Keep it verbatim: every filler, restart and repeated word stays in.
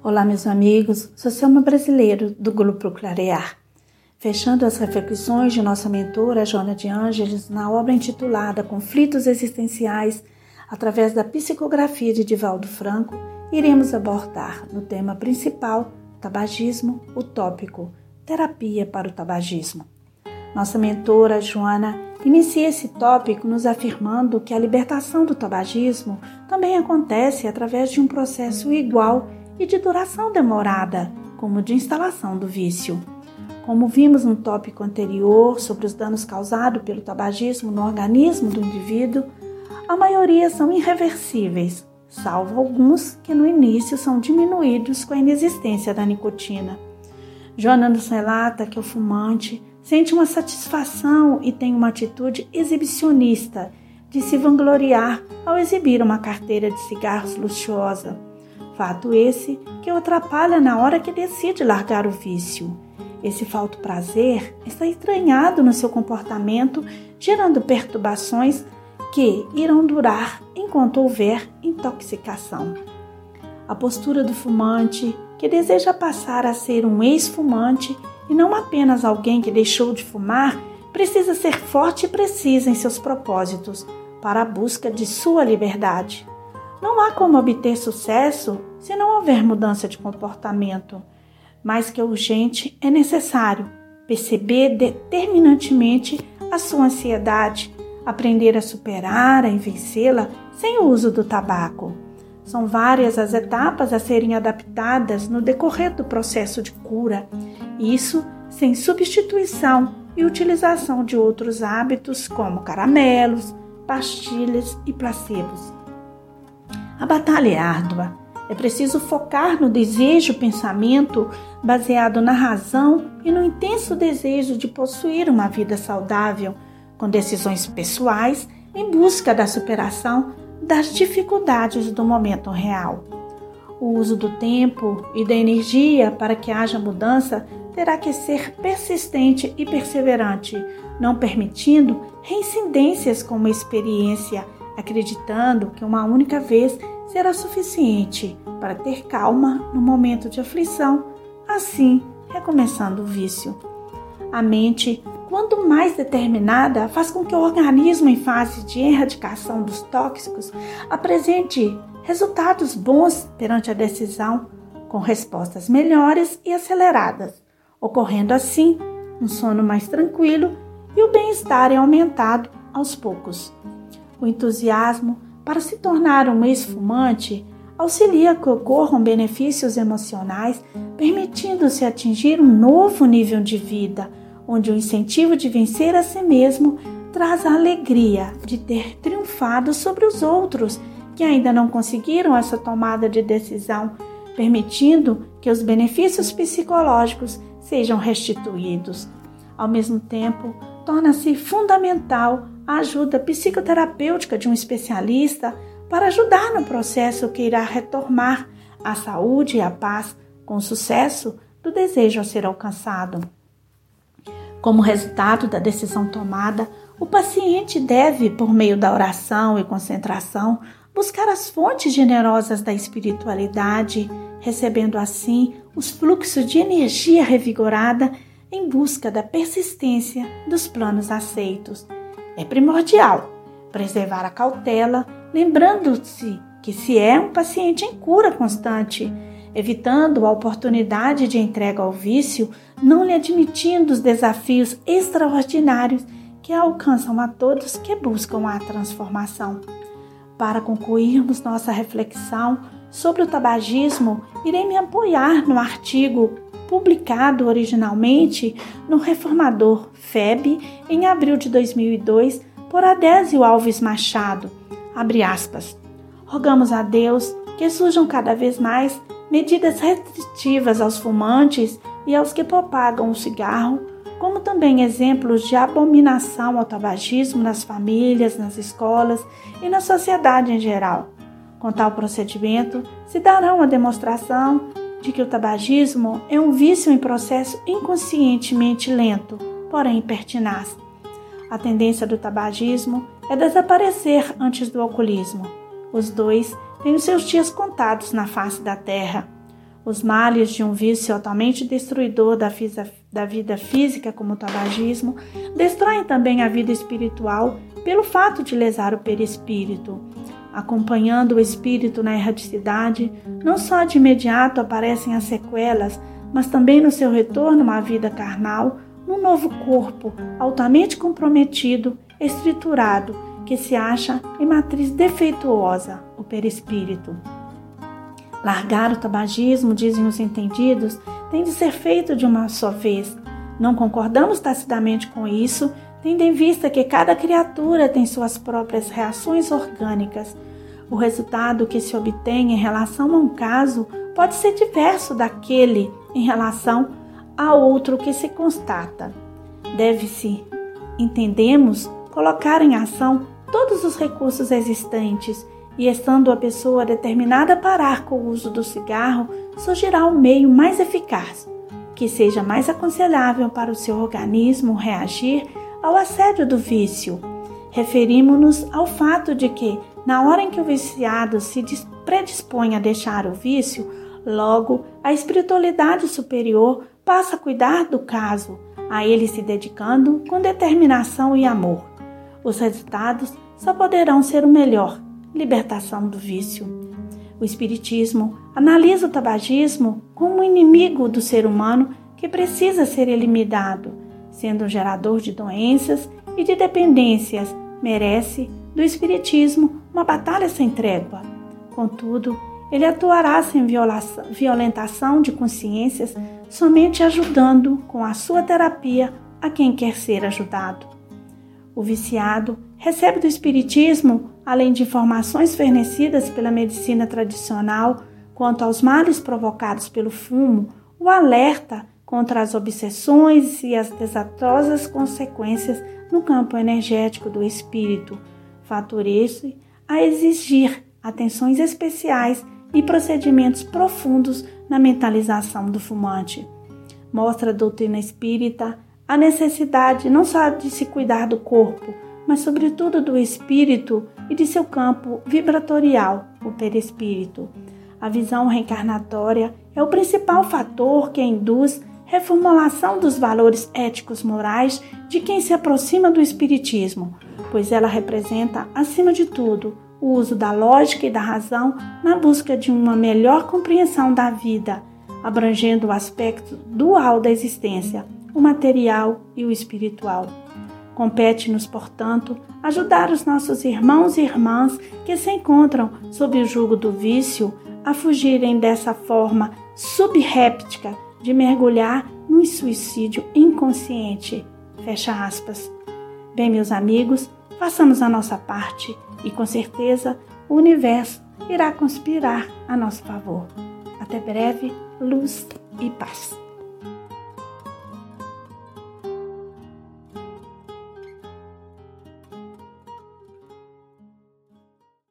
Olá, meus amigos, sou Selma Brasileiro, do Grupo Clarear. Fechando as reflexões de nossa mentora, Joana de Ângeles, na obra intitulada Conflitos Existenciais, através da psicografia de Divaldo Franco, iremos abordar no tema principal, tabagismo utópico, terapia para o tabagismo. Nossa mentora, Joana, inicia esse tópico nos afirmando que a libertação do tabagismo também acontece através de um processo igual e de duração demorada, como o de instalação do vício. Como vimos no tópico anterior sobre os danos causados pelo tabagismo no organismo do indivíduo, a maioria são irreversíveis, salvo alguns que no início são diminuídos com a inexistência da nicotina. Joana nos relata que o fumante sente uma satisfação e tem uma atitude exibicionista de se vangloriar ao exibir uma carteira de cigarros luxuosa. Fato esse que o atrapalha na hora que decide largar o vício. Esse falso prazer está entranhado no seu comportamento, gerando perturbações que irão durar enquanto houver intoxicação. A postura do fumante, que deseja passar a ser um ex-fumante e não apenas alguém que deixou de fumar, precisa ser forte e precisa em seus propósitos para a busca de sua liberdade. Não há como obter sucesso se não houver mudança de comportamento. Mais que urgente, é necessário perceber determinantemente a sua ansiedade, aprender a superar e vencê-la sem o uso do tabaco. São várias as etapas a serem adaptadas no decorrer do processo de cura, isso sem substituição e utilização de outros hábitos como caramelos, pastilhas e placebos. A batalha é árdua. É preciso focar no desejo-pensamento baseado na razão e no intenso desejo de possuir uma vida saudável, com decisões pessoais em busca da superação das dificuldades do momento real. O uso do tempo e da energia para que haja mudança terá que ser persistente e perseverante, não permitindo reincidências com uma experiência, acreditando que uma única vez será suficiente para ter calma no momento de aflição, assim recomeçando o vício. A mente, quanto mais determinada, faz com que o organismo em fase de erradicação dos tóxicos apresente resultados bons perante a decisão, com respostas melhores e aceleradas, ocorrendo assim um sono mais tranquilo e o bem-estar é aumentado aos poucos. O entusiasmo para se tornar um ex-fumante auxilia que ocorram benefícios emocionais, permitindo-se atingir um novo nível de vida, onde o incentivo de vencer a si mesmo traz a alegria de ter triunfado sobre os outros que ainda não conseguiram essa tomada de decisão, permitindo que os benefícios psicológicos sejam restituídos. Ao mesmo tempo, torna-se fundamental a ajuda psicoterapêutica de um especialista para ajudar no processo que irá retomar a saúde e a paz com o sucesso do desejo a ser alcançado. Como resultado da decisão tomada, o paciente deve, por meio da oração e concentração, buscar as fontes generosas da espiritualidade, recebendo assim os fluxos de energia revigorada em busca da persistência dos planos aceitos. É primordial preservar a cautela, lembrando-se que se é um paciente em cura constante, evitando a oportunidade de entrega ao vício, não lhe admitindo os desafios extraordinários que alcançam a todos que buscam a transformação. Para concluirmos nossa reflexão sobre o tabagismo, irei me apoiar no artigo publicado originalmente no Reformador F E B em abril de dois mil e dois por Adésio Alves Machado. Abre aspas. Rogamos a Deus que surjam cada vez mais medidas restritivas aos fumantes e aos que propagam o cigarro, como também exemplos de abominação ao tabagismo nas famílias, nas escolas e na sociedade em geral. Com tal procedimento, se dará uma demonstração de que o tabagismo é um vício em processo inconscientemente lento, porém pertinaz. A tendência do tabagismo é desaparecer antes do alcoolismo. Os dois têm os seus dias contados na face da terra. Os males de um vício altamente destruidor da, fisa, da vida física, como o tabagismo, destroem também a vida espiritual pelo fato de lesar o perispírito. Acompanhando o espírito na erraticidade, não só de imediato aparecem as sequelas, mas também no seu retorno à vida carnal, num novo corpo altamente comprometido, estruturado, que se acha em matriz defeituosa, o perispírito. Largar o tabagismo, dizem os entendidos, tem de ser feito de uma só vez. Não concordamos tacidamente com isso, tendo em vista que cada criatura tem suas próprias reações orgânicas. O resultado que se obtém em relação a um caso pode ser diverso daquele em relação a outro que se constata. Deve-se, entendemos, colocar em ação todos os recursos existentes, e estando a pessoa determinada a parar com o uso do cigarro, surgirá um meio mais eficaz, que seja mais aconselhável para o seu organismo reagir ao assédio do vício. Referimos-nos ao fato de que, na hora em que o viciado se predispõe a deixar o vício, logo a espiritualidade superior passa a cuidar do caso, a ele se dedicando com determinação e amor. Os resultados só poderão ser o melhor: libertação do vício. O Espiritismo analisa o tabagismo como um inimigo do ser humano que precisa ser eliminado, sendo um gerador de doenças e de dependências. Merece, do Espiritismo, uma batalha sem trégua. Contudo, ele atuará sem violação, violentação de consciências, somente ajudando com a sua terapia a quem quer ser ajudado. O viciado recebe do Espiritismo, além de informações fornecidas pela medicina tradicional quanto aos males provocados pelo fumo, o alerta contra as obsessões e as desastrosas consequências no campo energético do espírito, fator esse a exigir atenções especiais e procedimentos profundos na mentalização do fumante. Mostra a doutrina espírita a necessidade não só de se cuidar do corpo, mas sobretudo do espírito e de seu campo vibratorial, o perispírito. A visão reencarnatória é o principal fator que induz reformulação dos valores éticos morais de quem se aproxima do espiritismo, pois ela representa, acima de tudo, o uso da lógica e da razão na busca de uma melhor compreensão da vida, abrangendo o aspecto dual da existência, o material e o espiritual. Compete-nos, portanto, ajudar os nossos irmãos e irmãs que se encontram sob o jugo do vício a fugirem dessa forma subréptica de mergulhar num suicídio inconsciente. Fecha aspas. Bem, meus amigos, façamos a nossa parte e, com certeza, o universo irá conspirar a nosso favor. Até breve, luz e paz.